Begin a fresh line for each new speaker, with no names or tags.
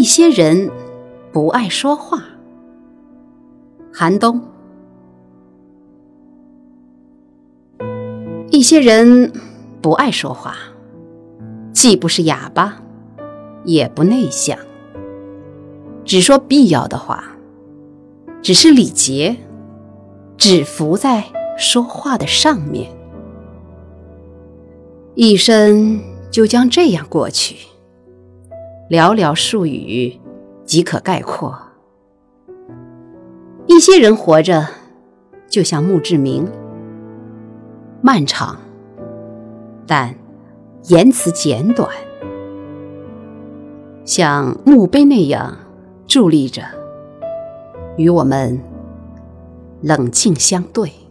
些人不爱说话。寒冬。一些人不爱说话，既不是哑巴，也不内向，只说必要的话，只是礼节，只浮在说话的上面，一生就将这样过去，寥寥数语即可概括。一些人活着就像墓志铭，漫长，但言辞简短，像墓碑那样伫立着，与我们冷静相对。